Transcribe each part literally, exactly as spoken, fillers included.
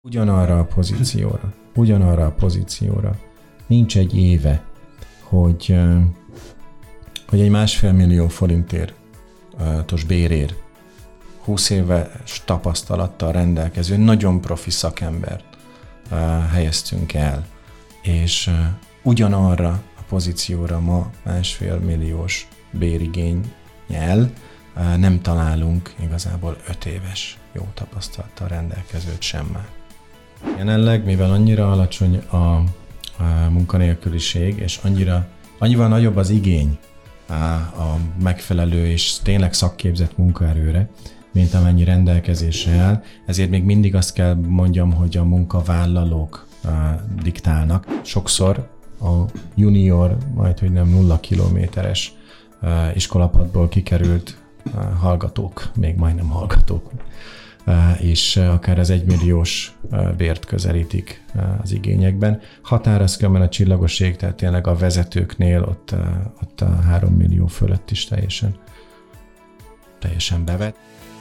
Ugyanarra a pozícióra, ugyanarra a pozícióra nincs egy éve, hogy, hogy egy másfél millió forintos bérér, húsz éves tapasztalattal rendelkező, nagyon profi szakembert helyeztünk el, és ugyanarra a pozícióra ma másfél milliós bérigénnyel nem találunk igazából öt éves jó tapasztalattal rendelkezőt sem már. Jelenleg, mivel annyira alacsony a, a munkanélküliség, és annyira, annyival nagyobb az igény a, a megfelelő és tényleg szakképzett munkaerőre, mint amennyi rendelkezésre áll, ezért még mindig azt kell mondjam, hogy a munkavállalók a, diktálnak. Sokszor a junior, majd hogy nem nulla kilométeres iskolapadból kikerült hallgatók, még majdnem hallgatók, és akár az egymilliós bért közelítik az igényekben. Határozkülönben a csillagoség, tehát tényleg a vezetőknél ott, ott a három millió fölött is teljesen, teljesen bevet.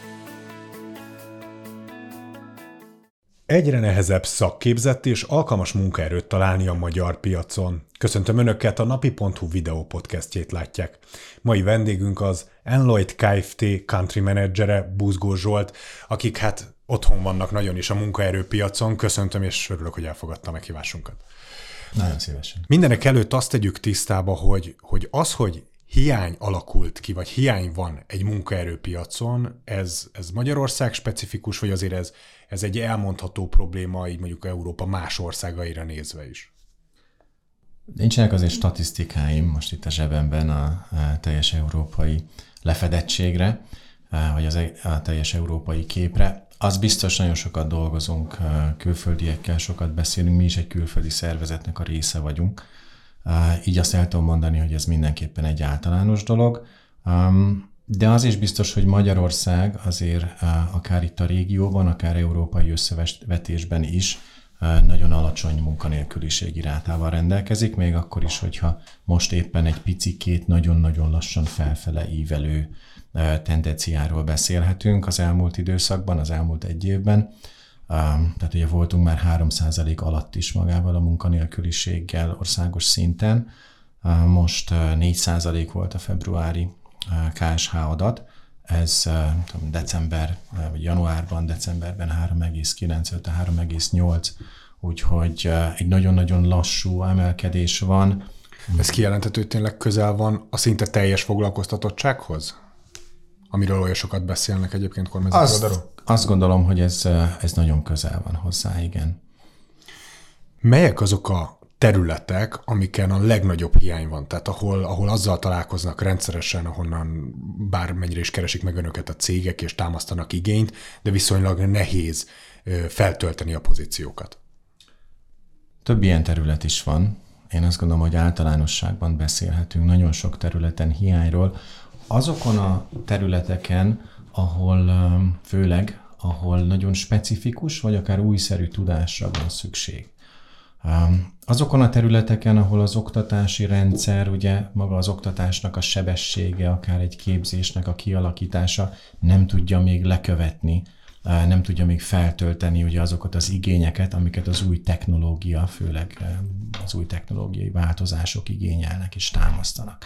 Egyre nehezebb szakképzett és alkalmas munkaerőt találni a magyar piacon. Köszöntöm Önöket, a napi pont hu videó podcastjét látják. Mai vendégünk az Enloyd Kft. Country Managere, Buzgó Zsolt, akik hát otthon vannak nagyon is a munkaerőpiacon. Köszöntöm, és örülök, hogy elfogadta a meghívásunkat. Nagyon szívesen. Mindenek előtt azt tegyük tisztába, hogy, hogy az, hogy hiány alakult ki, vagy hiány van egy munkaerőpiacon, ez, ez Magyarország specifikus, vagy azért ez, ez egy elmondható probléma, így mondjuk Európa más országaira nézve is? Nincsenek azért statisztikáim most itt a zsebemben a, a teljes európai lefedettségre, vagy az, a teljes európai képre. Az biztos, nagyon sokat dolgozunk külföldiekkel, sokat beszélünk, mi is egy külföldi szervezetnek a része vagyunk. Így azt el tudom mondani, hogy ez mindenképpen egy általános dolog. De az is biztos, hogy Magyarország azért akár itt a régióban, akár európai összevetésben is nagyon alacsony munkanélküliségi rátával rendelkezik, még akkor is, hogyha most éppen egy picikét nagyon-nagyon lassan felfele ívelő tendenciáról beszélhetünk az elmúlt időszakban, az elmúlt egy évben. Tehát ugye voltunk már három százalék alatt is magával a munkanélküliséggel országos szinten. Most négy százalék volt a februári ká es há adat. Ez tudom, december, vagy januárban, decemberben három egész kilenc, három egész nyolc, úgyhogy egy nagyon-nagyon lassú emelkedés van. Ez kijelenthető, hogy tényleg közel van a szinte teljes foglalkoztatottsághoz? Amiről olyan sokat beszélnek egyébként kormányzati oldalról? Azt gondolom, hogy ez, ez nagyon közel van hozzá, igen. Melyek azok a területek, amiken a legnagyobb hiány van? Tehát ahol, ahol azzal találkoznak rendszeresen, ahonnan bármennyire is keresik meg önöket a cégek, és támasztanak igényt, de viszonylag nehéz feltölteni a pozíciókat? Több ilyen terület is van. Én azt gondolom, hogy általánosságban beszélhetünk nagyon sok területen hiányról. Azokon a területeken, ahol főleg, ahol nagyon specifikus, vagy akár újszerű tudásra van szükség. Azokon a területeken, ahol az oktatási rendszer, ugye maga az oktatásnak a sebessége, akár egy képzésnek a kialakítása nem tudja még lekövetni, nem tudja még feltölteni ugye azokat az igényeket, amiket az új technológia, főleg az új technológiai változások igényelnek és támasztanak.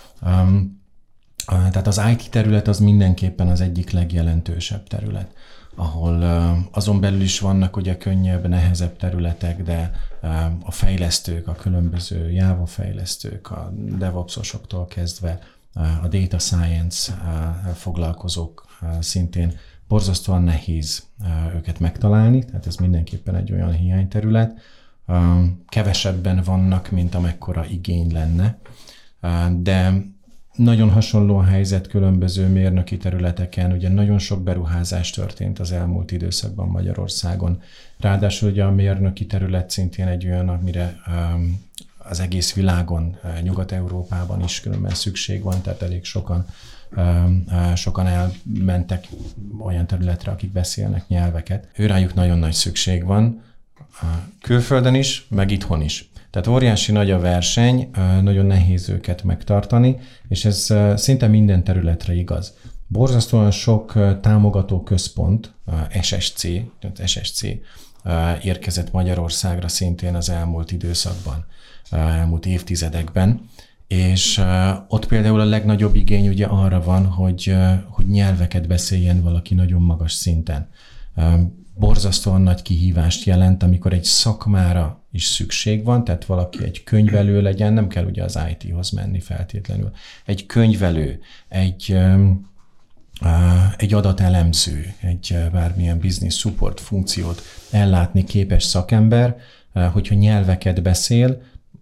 Tehát az í té terület az mindenképpen az egyik legjelentősebb terület, ahol azon belül is vannak ugye könnyebb, nehezebb területek, de a fejlesztők, a különböző Java fejlesztők, a DevOps-osoktól kezdve a data science foglalkozók szintén borzasztóan nehéz őket megtalálni, tehát ez mindenképpen egy olyan hiányterület. Kevesebben vannak, mint amekkora igény lenne, de nagyon hasonló a helyzet különböző mérnöki területeken, ugye nagyon sok beruházás történt az elmúlt időszakban Magyarországon. Ráadásul ugye a mérnöki terület szintén egy olyan, amire um, az egész világon, uh, Nyugat-Európában is különben szükség van, tehát elég sokan, um, uh, sokan elmentek olyan területre, akik beszélnek nyelveket. Őrájuk nagyon nagy szükség van, uh, külföldön is, meg itthon is. Tehát óriási nagy a verseny, nagyon nehéz őket megtartani, és ez szinte minden területre igaz. Borzasztóan sok támogató központ, es es cé, tehát es es cé érkezett Magyarországra szintén az elmúlt időszakban, elmúlt évtizedekben, és ott például a legnagyobb igény ugye arra van, hogy, hogy nyelveket beszéljen valaki nagyon magas szinten. Borzasztóan nagy kihívást jelent, amikor egy szakmára is szükség van, tehát valaki egy könyvelő legyen, nem kell ugye az í té-hoz menni feltétlenül. Egy könyvelő, egy, egy adatelemző, egy bármilyen business support funkciót ellátni képes szakember, hogyha nyelveket beszél,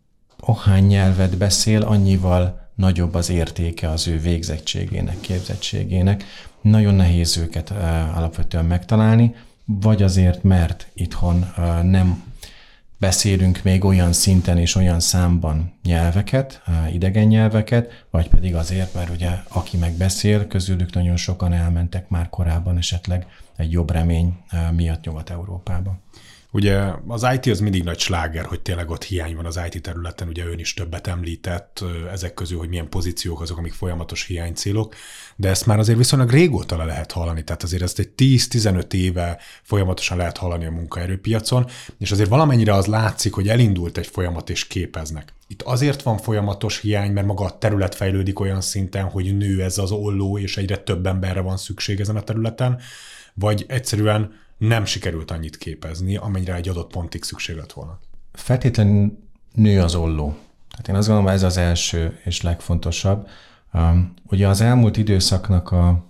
ahány nyelvet beszél, annyival nagyobb az értéke az ő végzettségének, képzettségének. Nagyon nehéz őket alapvetően megtalálni, vagy azért, mert itthon nem beszélünk még olyan szinten és olyan számban nyelveket, idegen nyelveket, vagy pedig azért, mert ugye aki meg beszél, közülük nagyon sokan elmentek már korábban esetleg egy jobb remény miatt Nyugat-Európába. Ugye az í té az mindig nagy sláger, hogy tényleg ott hiány van az í té területen, ugye ön is többet említett ezek közül, hogy milyen pozíciók azok, amik folyamatos hiánycélok, de ezt már azért viszonylag régóta le lehet hallani, tehát azért ezt egy tíz-tizenöt éve folyamatosan lehet hallani a munkaerőpiacon, és azért valamennyire az látszik, hogy elindult egy folyamat és képeznek. Itt azért van folyamatos hiány, mert maga a terület fejlődik olyan szinten, hogy nő ez az olló, és egyre több emberre van szükség ezen a területen, vagy egyszerűen nem sikerült annyit képezni, amennyire egy adott pontig szükség lett volna. Feltétlenül nő az olló. Tehát én azt gondolom, ez az első és legfontosabb. Um, ugye az elmúlt időszaknak a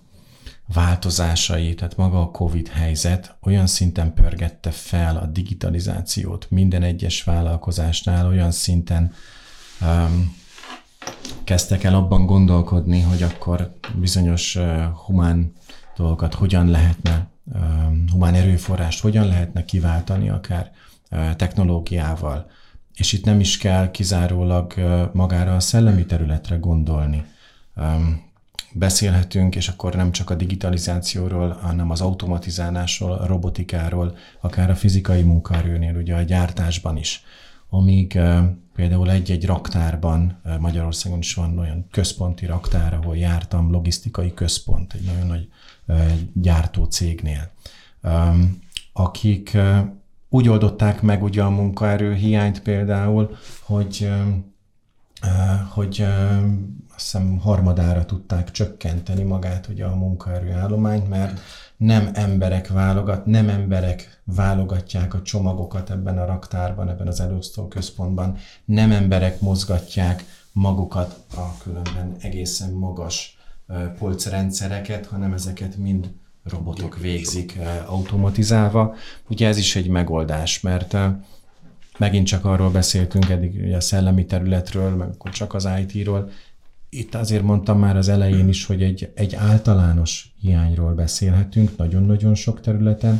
változásai, tehát maga a Covid helyzet olyan szinten pörgette fel a digitalizációt minden egyes vállalkozásnál, olyan szinten um, kezdtek el abban gondolkodni, hogy akkor bizonyos uh, humán dolgokat hogyan lehetne, um, humán erőforrást hogyan lehetne kiváltani akár uh, technológiával. És itt nem is kell kizárólag uh, magára a szellemi területre gondolni. Um, beszélhetünk, és akkor nem csak a digitalizációról, hanem az automatizálásról, a robotikáról, akár a fizikai munkaerőnél, ugye a gyártásban is. Amíg uh, például egy-egy raktárban, uh, Magyarországon is van olyan központi raktár, ahol jártam, logisztikai központ, egy nagyon nagy uh, gyártó cégnél, um, akik uh, úgy oldották meg ugye a munkaerő hiányt például, hogy um, Uh, hogy uh, azt hiszem harmadára tudták csökkenteni magát ugye a munkaerőállományt, mert nem emberek válogat, nem emberek válogatják a csomagokat ebben a raktárban, ebben az elosztó központban, nem emberek mozgatják magukat a különben egészen magas uh, polcrendszereket, hanem ezeket mind robotok végzik uh, automatizálva. Ugye ez is egy megoldás, mert uh, megint csak arról beszéltünk eddig ugye a szellemi területről, meg akkor csak az í té-ről. Itt azért mondtam már az elején is, hogy egy, egy általános hiányról beszélhetünk nagyon-nagyon sok területen,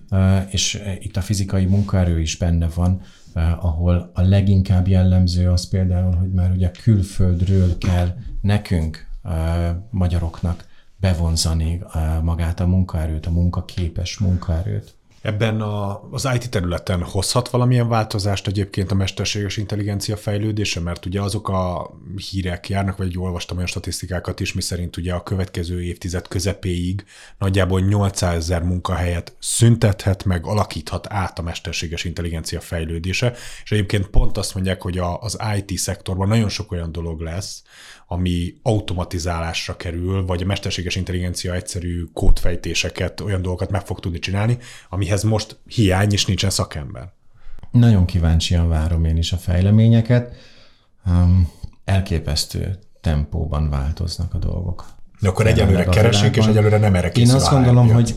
és itt a fizikai munkaerő is benne van, ahol a leginkább jellemző az például, hogy már ugye külföldről kell nekünk, magyaroknak bevonzani magát a munkaerőt, a munkaképes munkaerőt. Ebben a, az í té területen hozhat valamilyen változást egyébként a mesterséges intelligencia fejlődése, mert ugye azok a hírek járnak, vagy olvastam olyan statisztikákat is, miszerint ugye a következő évtized közepéig nagyjából nyolcszázezer munkahelyet szüntethet, meg alakíthat át a mesterséges intelligencia fejlődése, és egyébként pont azt mondják, hogy a, az í té szektorban nagyon sok olyan dolog lesz, ami automatizálásra kerül, vagy a mesterséges intelligencia egyszerű kódfejtéseket, olyan dolgokat meg fog tudni csinálni, amihez most hiány és nincsen szakember. Nagyon kíváncsian várom én is a fejleményeket. Um, elképesztő tempóban változnak a dolgok. De akkor egyelőre keresünk, és egyelőre nem erre készül. Én azt gondolom, hogy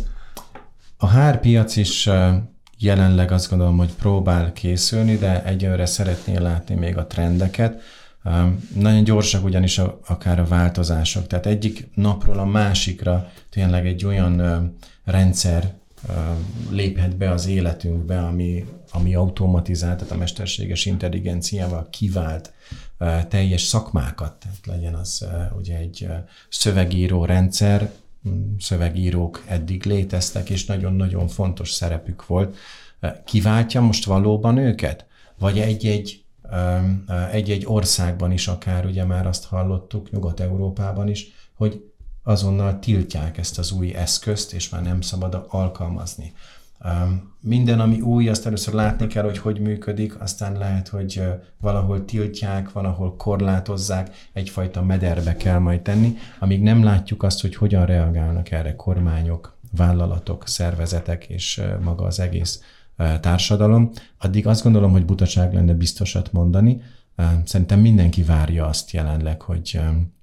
a hárpiac is jelenleg azt gondolom, hogy próbál készülni, de egyelőre szeretnél látni még a trendeket. Um, nagyon gyorsak ugyanis a, akár a változások. Tehát egyik napról a másikra tényleg egy olyan uh, rendszer uh, léphet be az életünkbe, ami, ami automatizált, tehát a mesterséges intelligenciával kivált uh, teljes szakmákat. Tehát legyen az uh, ugye egy uh, szövegíró rendszer, szövegírók eddig léteztek, és nagyon-nagyon fontos szerepük volt. Uh, kiváltja most valóban őket? Vagy egy-egy egy-egy országban is akár, ugye már azt hallottuk, Nyugat-Európában is, hogy azonnal tiltják ezt az új eszközt, és már nem szabad alkalmazni. Minden, ami új, azt először látni kell, hogy hogy működik, aztán lehet, hogy valahol tiltják, valahol korlátozzák, egyfajta mederbe kell majd tenni, amíg nem látjuk azt, hogy hogyan reagálnak erre kormányok, vállalatok, szervezetek és maga az egész társadalom, addig azt gondolom, hogy butaság lenne biztosat mondani. Szerintem mindenki várja azt jelenleg, hogy,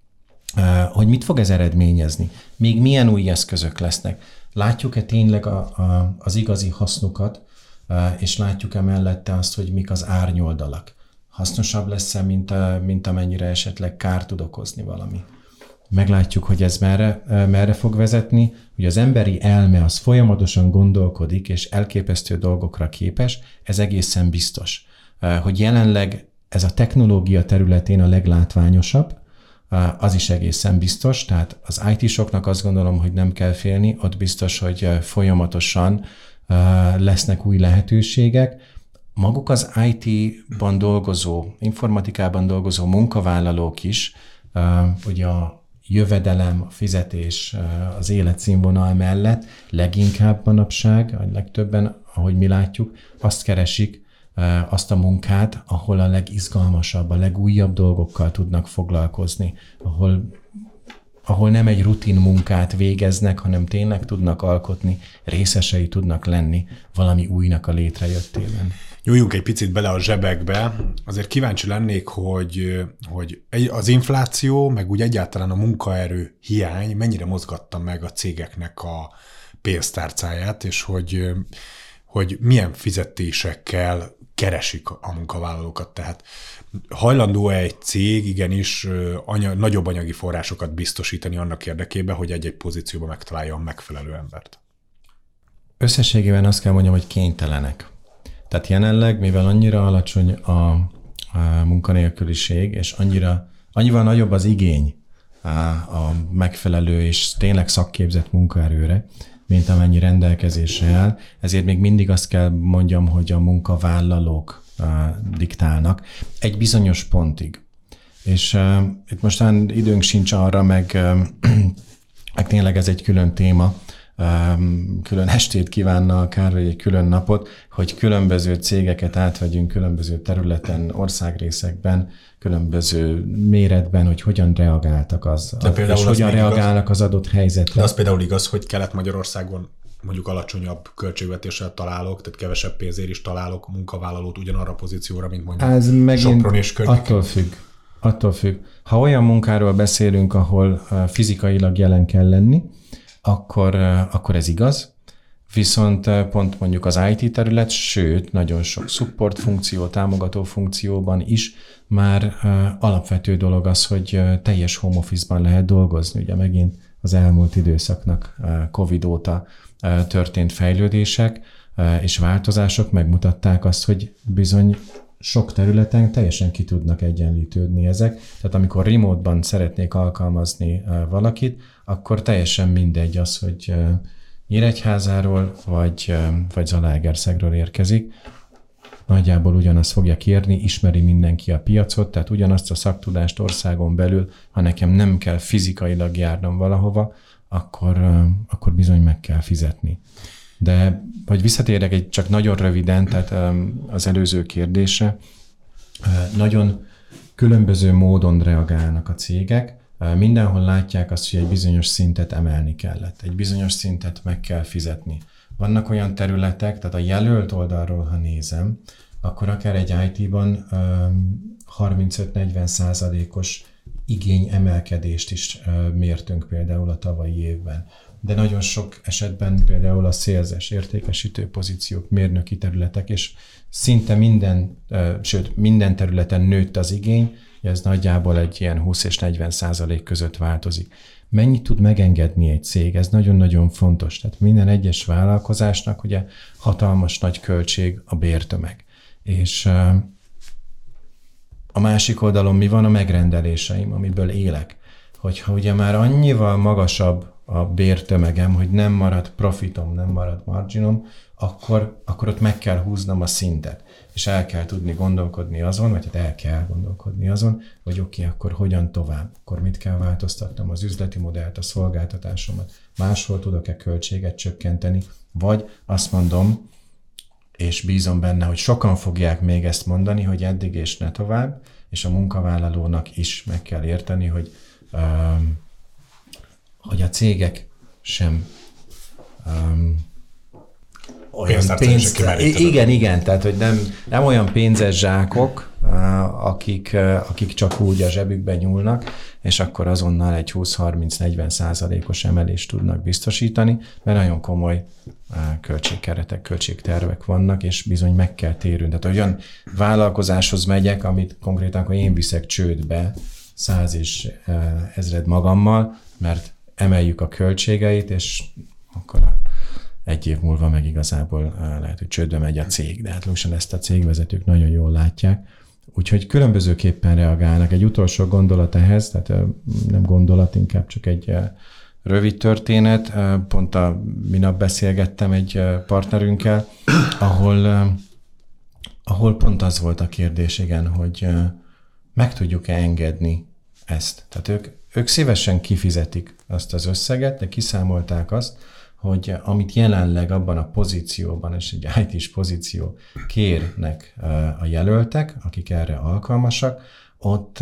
hogy mit fog ez eredményezni, még milyen új eszközök lesznek. Látjuk-e tényleg a, a, az igazi hasznukat, és látjuk-e mellette azt, hogy mik az árnyoldalak? Hasznosabb lesz-e, mint, a, mint amennyire esetleg kár tud okozni valami? Meglátjuk, hogy ez merre, merre fog vezetni. Ugye az emberi elme az folyamatosan gondolkodik, és elképesztő dolgokra képes, ez egészen biztos. Hogy jelenleg ez a technológia területén a leglátványosabb, az is egészen biztos, tehát az í té-soknak azt gondolom, hogy nem kell félni, ott biztos, hogy folyamatosan lesznek új lehetőségek. Maguk az í té-ban dolgozó, informatikában dolgozó munkavállalók is, ugye a jövedelem, a fizetés, az életszínvonal mellett leginkább manapság, a legtöbben, ahogy mi látjuk, azt keresik, azt a munkát, ahol a legizgalmasabb, a legújabb dolgokkal tudnak foglalkozni, ahol, ahol nem egy rutin munkát végeznek, hanem tényleg tudnak alkotni, részesei tudnak lenni valami újnak a létrejöttében. Nyúljunk egy picit bele a zsebekbe. Azért kíváncsi lennék, hogy, hogy az infláció, meg úgy egyáltalán a munkaerő hiány mennyire mozgatta meg a cégeknek a pénztárcáját, és hogy, hogy milyen fizetésekkel keresik a munkavállalókat. Tehát hajlandó-e egy cég igenis anya, nagyobb anyagi forrásokat biztosítani annak érdekében, hogy egy-egy pozícióban megtalálja a megfelelő embert? Összességében azt kell mondjam, hogy kénytelenek. Tehát jelenleg, mivel annyira alacsony a, a munkanélküliség, és annyira, annyival nagyobb az igény a, a megfelelő és tényleg szakképzett munkaerőre, mint amennyi rendelkezésre áll, ezért még mindig azt kell mondjam, hogy a munkavállalók uh, diktálnak egy bizonyos pontig. És uh, itt mostán időnk sincs arra, meg, uh, meg tényleg ez egy külön téma, um, külön estét kívánna akár, vagy egy külön napot, hogy különböző cégeket átvegyünk különböző területen, országrészekben, különböző méretben, hogy hogyan reagáltak az, az és hogyan reagálnak igaz, az adott helyzetre. De az például igaz, hogy Kelet-Magyarországon mondjuk alacsonyabb költségvetéssel találok, tehát kevesebb pénzért is találok munkavállalót ugyanarra a pozícióra, mint mondjuk ez Sopron és környéken. Attól függ. Attól függ. Ha olyan munkáról beszélünk, ahol fizikailag jelen kell lenni, akkor, akkor ez igaz. Viszont pont mondjuk az í té terület, sőt, nagyon sok support funkció, támogató funkcióban is már alapvető dolog az, hogy teljes home office-ban lehet dolgozni. Ugye megint az elmúlt időszaknak Covid óta történt fejlődések és változások megmutatták azt, hogy bizony sok területen teljesen ki tudnak egyenlítődni ezek. Tehát amikor remote-ban szeretnék alkalmazni valakit, akkor teljesen mindegy az, hogy Nyíregyházáról vagy, vagy Zalaegerszegről érkezik. Nagyjából ugyanazt fogja kérni, ismeri mindenki a piacot, tehát ugyanazt a szaktudást országon belül, ha nekem nem kell fizikailag járnom valahova, akkor, akkor bizony meg kell fizetni. De, hogy visszatérjek egy csak nagyon röviden, tehát az előző kérdésre, nagyon különböző módon reagálnak a cégek, mindenhol látják azt, hogy egy bizonyos szintet emelni kellett, egy bizonyos szintet meg kell fizetni. Vannak olyan területek, tehát a jelölt oldalról, ha nézem, akkor akár egy í té-ban harmincöt-negyven százalékos igény emelkedést is mértünk például a tavalyi évben. De nagyon sok esetben például a szélzes, értékesítő pozíciók, mérnöki területek, és szinte minden, sőt minden területen nőtt az igény, ez nagyjából egy ilyen húsz és negyven százalék között változik. Mennyit tud megengedni egy cég? Ez nagyon-nagyon fontos. Tehát minden egyes vállalkozásnak ugye hatalmas nagy költség a bértömeg. És a másik oldalon mi van? A megrendeléseim, amiből élek. Hogyha ugye már annyival magasabb a bértömegem, hogy nem marad profitom, nem marad marginom, akkor, akkor ott meg kell húznom a szintet. És el kell tudni gondolkodni azon, vagy hát el kell gondolkodni azon, hogy oké, okay, akkor hogyan tovább? Akkor mit kell változtatnom? Az üzleti modellt, a szolgáltatásomat? Máshol tudok-e költséget csökkenteni? Vagy azt mondom, és bízom benne, hogy sokan fogják még ezt mondani, hogy eddig és ne tovább, és a munkavállalónak is meg kell érteni, hogy, um, hogy a cégek sem um, olyan pénz... Igen, igen, tehát hogy nem, nem olyan pénzes zsákok, akik, akik csak úgy a zsebükbe nyúlnak, és akkor azonnal egy húsz-harminc-negyven százalékos emelést tudnak biztosítani, mert nagyon komoly költségkeretek, költségtervek vannak, és bizony meg kell térülni. Tehát olyan vállalkozáshoz megyek, amit konkrétan akkor én viszek csődbe száz és ezred magammal, mert emeljük a költségeit, és akkor egy év múlva meg igazából lehet, hogy csődbe megy a cég, de hát lassan ezt a cégvezetők nagyon jól látják. Úgyhogy különbözőképpen reagálnak. Egy utolsó gondolat ehhez, tehát nem gondolat, inkább csak egy rövid történet. Pont a minap beszélgettem egy partnerünkkel, ahol, ahol pont az volt a kérdés, igen, hogy meg tudjuk-e engedni ezt. Tehát ők, ők szívesen kifizetik azt az összeget, de kiszámolták azt, hogy amit jelenleg abban a pozícióban, és egy í té-s pozíció kérnek a jelöltek, akik erre alkalmasak, ott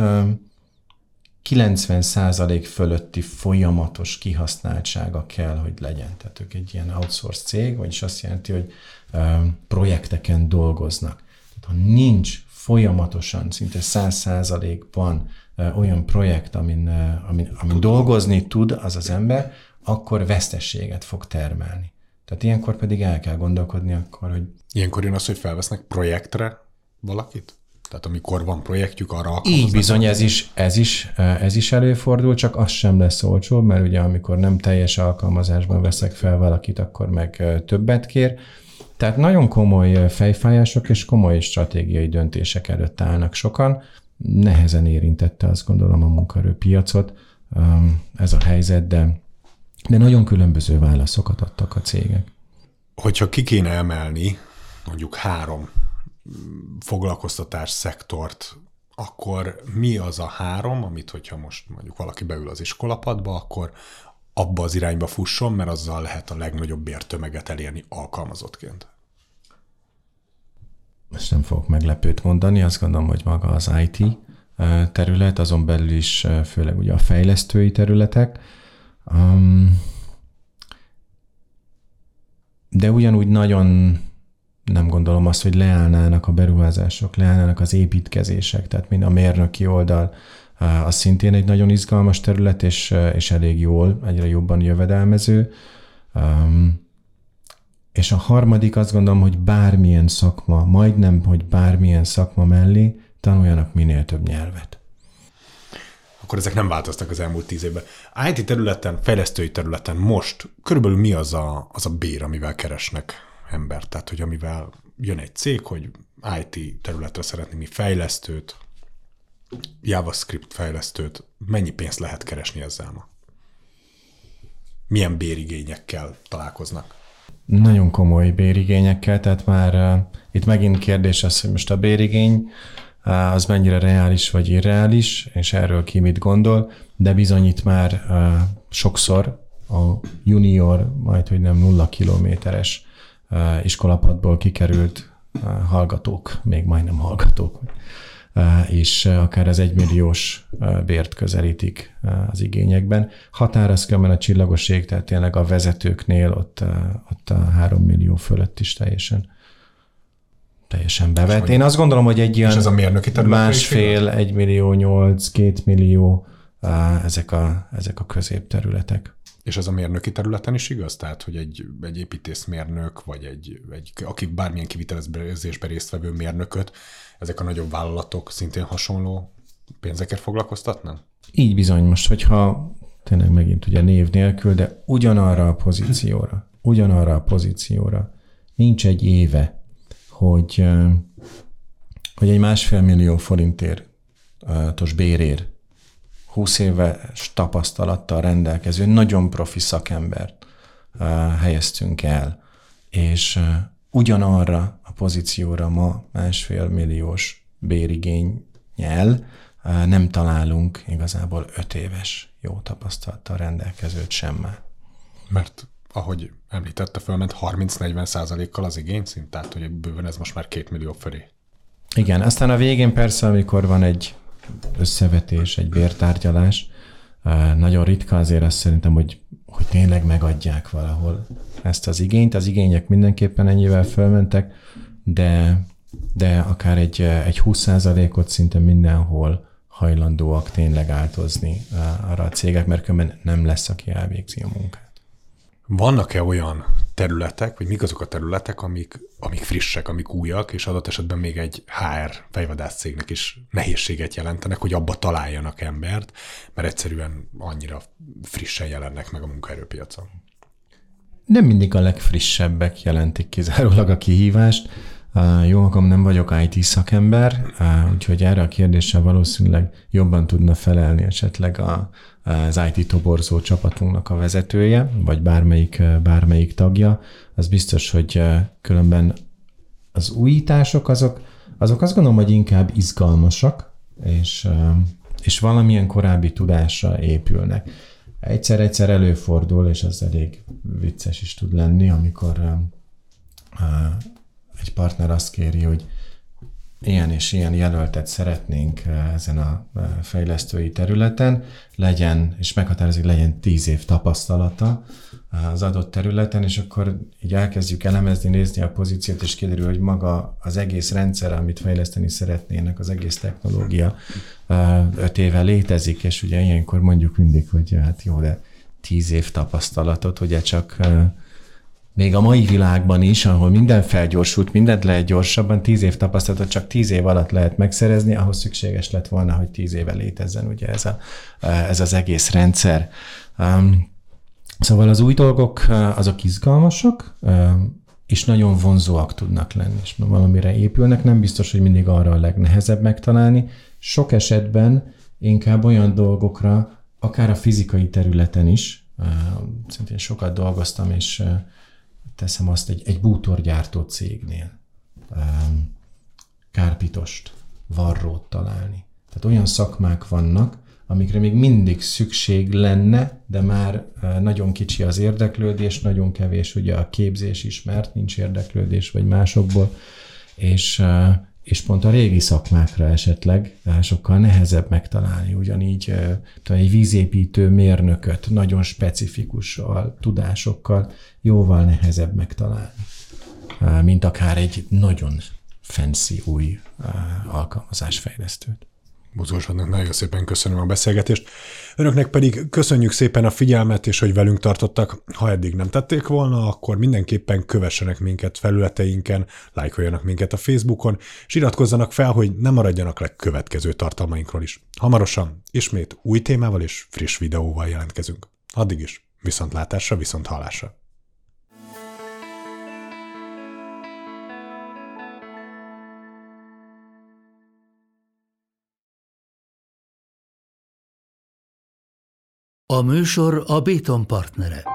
kilencven százalék fölötti folyamatos kihasználtsága kell, hogy legyen. Tehát ők egy ilyen outsource cég, vagyis azt jelenti, hogy projekteken dolgoznak. Tehát ha nincs folyamatosan, szinte száz százalékban olyan projekt, amin, amin, amin dolgozni tud az az ember, akkor vesztességet fog termelni. Tehát ilyenkor pedig el kell gondolkodni akkor, hogy... Ilyenkor jön az, hogy felvesznek projektre valakit? Tehát amikor van projektjük, arra alkalmaznak? Így bizony, ez is, ez, is, ez is előfordul, csak az sem lesz olcsó, mert ugye amikor nem teljes alkalmazásban veszek fel valakit, akkor meg többet kér. Tehát nagyon komoly fejfájások és komoly stratégiai döntések előtt állnak sokan. Nehezen érintette, azt gondolom, a munkaerőpiacot ez a helyzet, de De nagyon különböző válaszokat adtak a cégek. Hogyha ki kéne emelni mondjuk három foglalkoztatás szektort, akkor mi az a három, amit hogyha most mondjuk valaki beül az iskolapadba, akkor abba az irányba fusson, mert azzal lehet a legnagyobb bértömeget elérni alkalmazottként? Most nem fogok meglepőt mondani, azt gondolom, hogy maga az í té terület, azon belül is főleg ugye a fejlesztői területek, Um, de ugyanúgy nagyon nem gondolom azt, hogy leállnának a beruházások, leállnának az építkezések, tehát mind a mérnöki oldal, az szintén egy nagyon izgalmas terület, és, és elég jól, egyre jobban jövedelmező. Um, és a harmadik azt gondolom, hogy bármilyen szakma, majdnem, hogy bármilyen szakma mellé tanuljanak minél több nyelvet. Akkor ezek nem változtak az elmúlt tíz évben. í té területen, fejlesztői területen most körülbelül mi az a, az a bér, amivel keresnek embert? Tehát, hogy amivel jön egy cég, hogy í té területre szeretné mi fejlesztőt, JavaScript fejlesztőt, mennyi pénzt lehet keresni ezzel ma? Milyen bérigényekkel találkoznak? Nagyon komoly bérigényekkel, tehát már uh, itt megint kérdés az, hogy most a bérigény az mennyire reális vagy irreális, és erről ki mit gondol, de bizony itt már uh, sokszor a junior, majd hogy nem nulla kilométeres uh, iskolapadból kikerült uh, hallgatók, még majdnem hallgatók, uh, és uh, akár az egymilliós uh, bért közelítik uh, az igényekben. Határaz különben a csillagos ég, tehát tényleg a vezetőknél ott, uh, ott a három millió fölött is teljesen teljesen bevet. Én azt gondolom, hogy egy ilyen másfél, egy millió nyolc, két millió, ezek a, ezek a középterületek. És ez a mérnöki területen is igaz? Tehát, hogy egy, egy építészmérnök, vagy egy, egy aki bármilyen kivitelezésben résztvevő mérnököt, ezek a nagyobb vállalatok szintén hasonló pénzekért foglalkoztatnak? Így bizony most, hogyha tényleg megint ugye név nélkül, de ugyanarra a pozícióra, ugyanarra a pozícióra nincs egy éve, hogy, hogy egy másfél millió forintos bérér húsz éves tapasztalattal rendelkező, nagyon profi szakembert helyeztünk el, és ugyanarra a pozícióra ma másfél milliós bérigénnyel nem találunk igazából öt éves jó tapasztalattal rendelkezőt sem már. Mert ahogy említette, fölment harminc-negyven százalékkal az igényszint, tehát hogy bőven ez most már két millió fölé. Igen, aztán a végén persze, amikor van egy összevetés, egy bértárgyalás, nagyon ritka azért azt szerintem, hogy, hogy tényleg megadják valahol ezt az igényt. Az igények mindenképpen ennyivel fölmentek, de, de akár egy, egy húsz százalékot szinte mindenhol hajlandóak tényleg áltozni arra a cégek, mert különben nem lesz, aki elvégzi a munkát. Vannak-e olyan területek, vagy mik azok a területek, amik, amik frissek, amik újak, és adott esetben még egy há er fejvadász cégnek is nehézséget jelentenek, hogy abba találjanak embert, mert egyszerűen annyira frissen jelennek meg a munkaerőpiacon? Nem mindig a legfrissebbek jelentik kizárólag a kihívást. Uh, jó magam nem vagyok í té szakember, uh, úgyhogy erre a kérdésre valószínűleg jobban tudna felelni esetleg a, az í té toborzó csapatunknak a vezetője, vagy bármelyik, bármelyik tagja. Az biztos, hogy uh, különben az újítások azok, azok azt gondolom, hogy inkább izgalmasak, és, uh, és valamilyen korábbi tudásra épülnek. Egyszer-egyszer előfordul, és az elég vicces is tud lenni, amikor uh, uh, egy partner azt kéri, hogy ilyen és ilyen jelöltet szeretnénk ezen a fejlesztői területen, legyen, és meghatározik, legyen tíz év tapasztalata az adott területen, és akkor így elkezdjük elemezni, nézni a pozíciót, és kiderül, hogy maga az egész rendszer, amit fejleszteni szeretnének, az egész technológia öt éve létezik, és ugye ilyenkor mondjuk mindig, hogy hát jó, de tíz év tapasztalatot, ugye csak még a mai világban is, ahol minden felgyorsult, mindent lehet gyorsabban, tíz év tapasztalatot csak tíz év alatt lehet megszerezni, ahhoz szükséges lett volna, hogy tíz éve létezzen ugye ez, a, ez az egész rendszer. Um, szóval az új dolgok azok izgalmasak, um, és nagyon vonzóak tudnak lenni, és valamire épülnek, nem biztos, hogy mindig arra a legnehezebb megtalálni. Sok esetben inkább olyan dolgokra, akár a fizikai területen is, uh, szintén sokat dolgoztam, és uh, teszem azt egy, egy bútorgyártó cégnél um, kárpitost, varrót találni. Tehát olyan szakmák vannak, amikre még mindig szükség lenne, de már uh, nagyon kicsi az érdeklődés, nagyon kevés ugye a képzés is, mert nincs érdeklődés, vagy másokból, és, uh, és pont a régi szakmákra esetleg uh, sokkal nehezebb megtalálni. Ugyanígy uh, egy vízépítő mérnököt nagyon specifikussal, tudásokkal jóval nehezebb megtalálni, uh, mint akár egy nagyon fancy új uh, alkalmazásfejlesztőt. Buzósodnak nagyon szépen köszönöm a beszélgetést. Önöknek pedig köszönjük szépen a figyelmet, és hogy velünk tartottak. Ha eddig nem tették volna, akkor mindenképpen kövessenek minket felületeinken, lájkoljanak minket a Facebookon, és iratkozzanak fel, hogy ne maradjanak le következő tartalmainkról is. Hamarosan ismét új témával és friss videóval jelentkezünk. Addig is viszontlátásra, viszont hallásra. A műsor a Béton partnere.